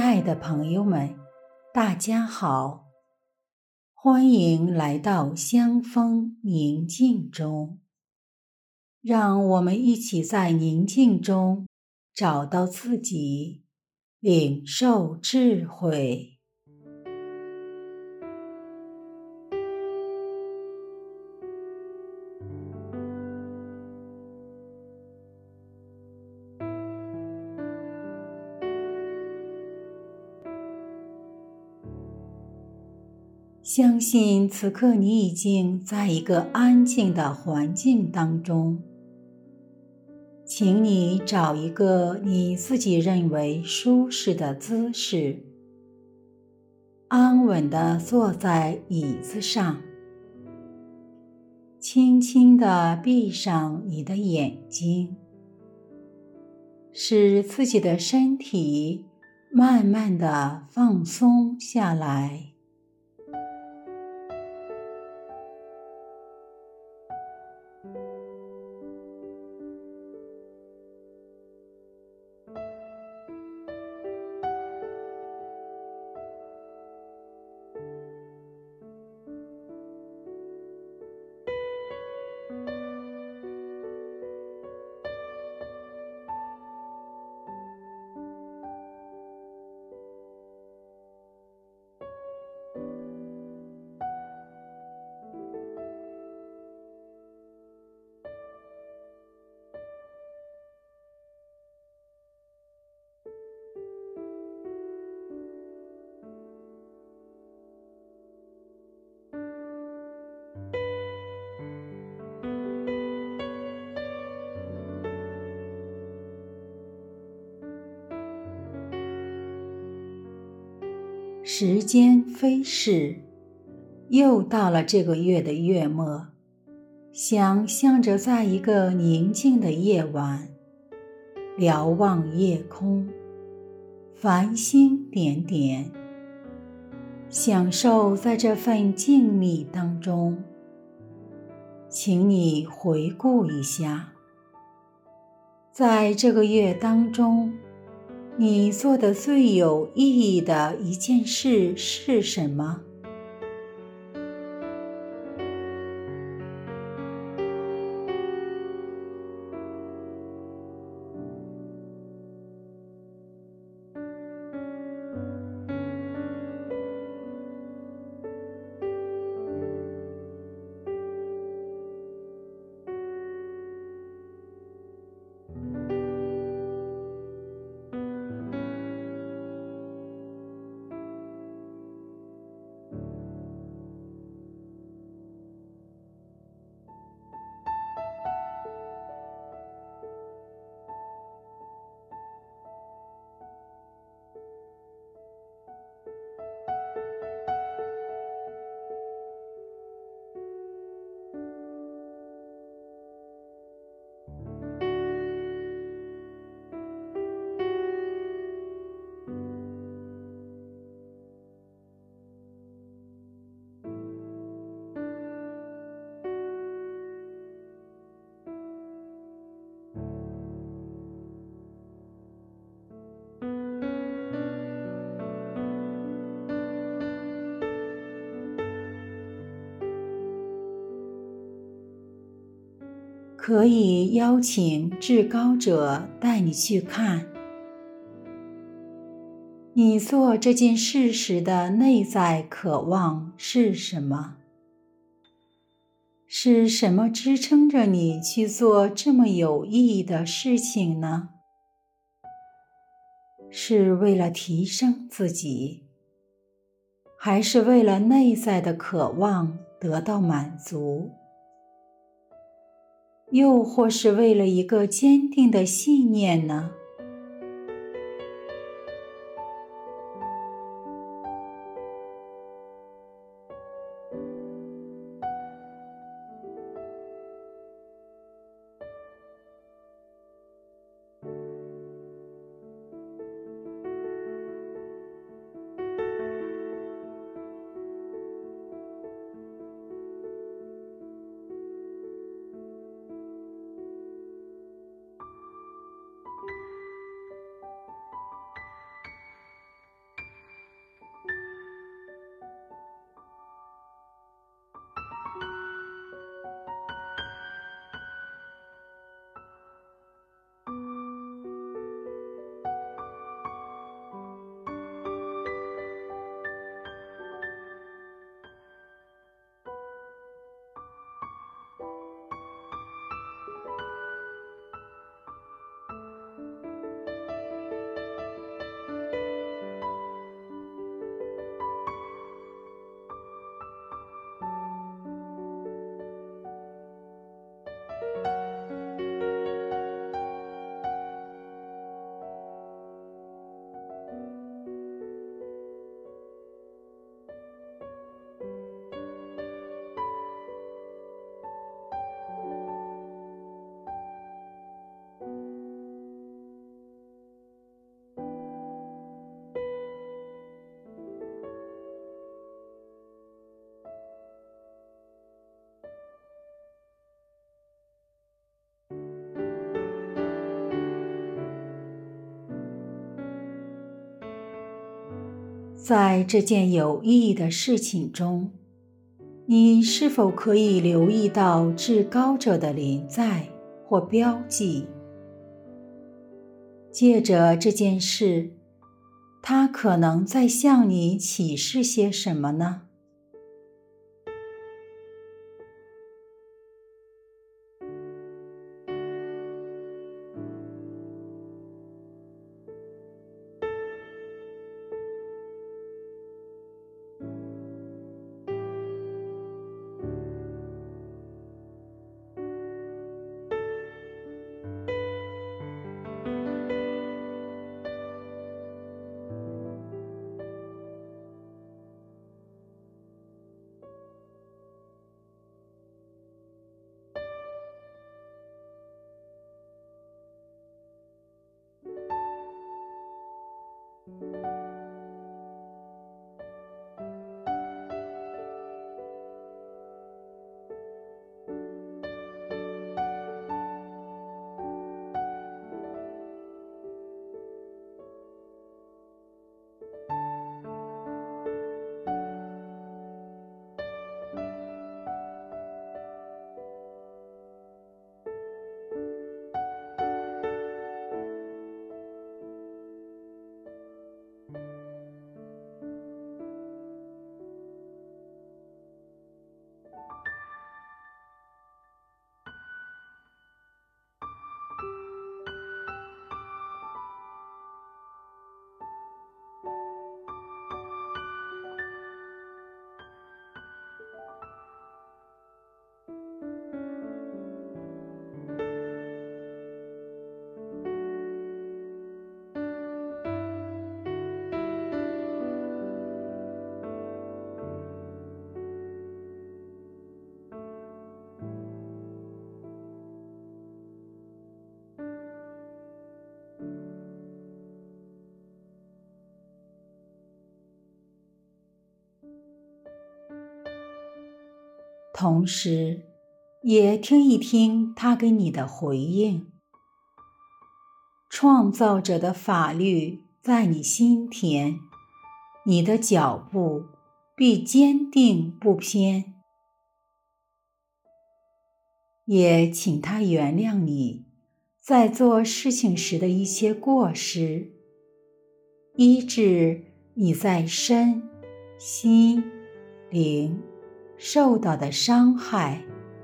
爱的朋友们，大家好，欢迎来到香风宁静中，让我们一起在宁静中找到自己，领受智慧。相信此刻你已经在一个安静的环境当中，请你找一个你自己认为舒适的姿势，安稳地坐在椅子上，轻轻地闭上你的眼睛，使自己的身体慢慢地放松下来。时间飞逝，又到了这个月的月末，想象着在一个宁静的夜晚，瞭望夜空，繁星点点，享受在这份静谧当中。请你回顾一下，在这个月当中，你做的最有意义的一件事是什么？可以邀请至高者带你去看，你做这件事时的内在渴望是什么？是什么支撑着你去做这么有意义的事情呢？是为了提升自己，还是为了内在的渴望得到满足？又或是为了一个坚定的信念呢？ 在这件有意义的事情中，你是否可以留意到至高者的临在或标记？借着这件事，他可能在向你启示些什么呢？同时，也听一听他给你的回应。创造者的法律在你心田，你的脚步必坚定不偏。也请他原谅你在做事情时的一些过失，医治你在身、心、灵受到的伤害。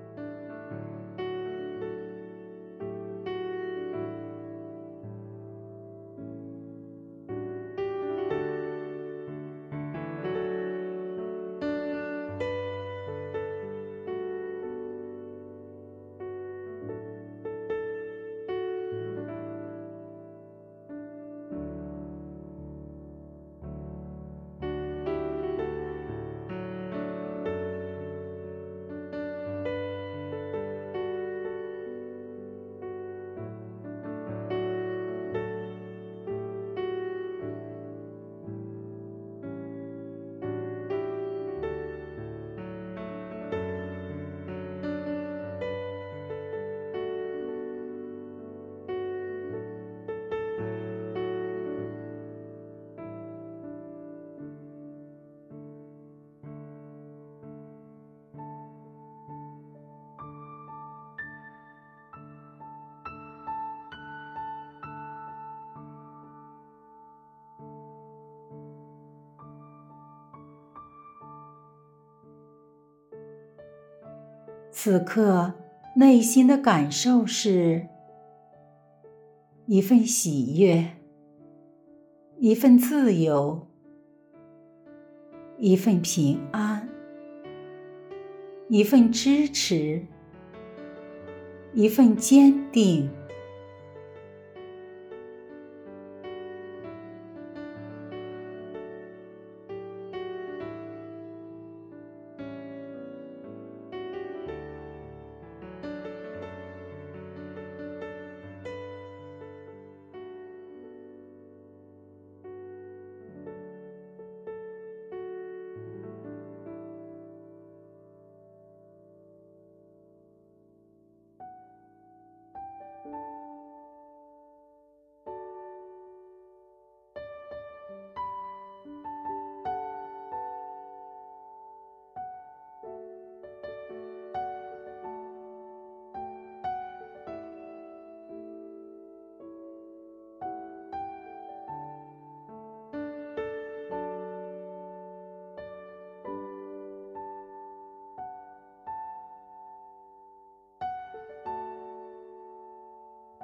此刻内心的感受是一份喜悦，一份自由，一份平安，一份支持，一份坚定。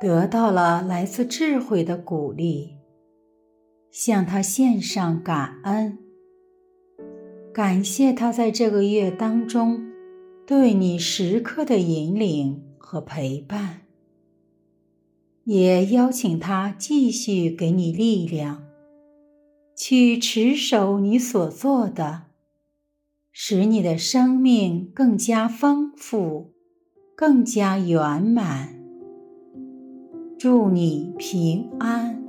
得到了来自智慧的鼓励，向他献上感恩，感谢他在这个月当中对你时刻的引领和陪伴，也邀请他继续给你力量，去持守你所做的，使你的生命更加丰富，更加圆满。祝你平安。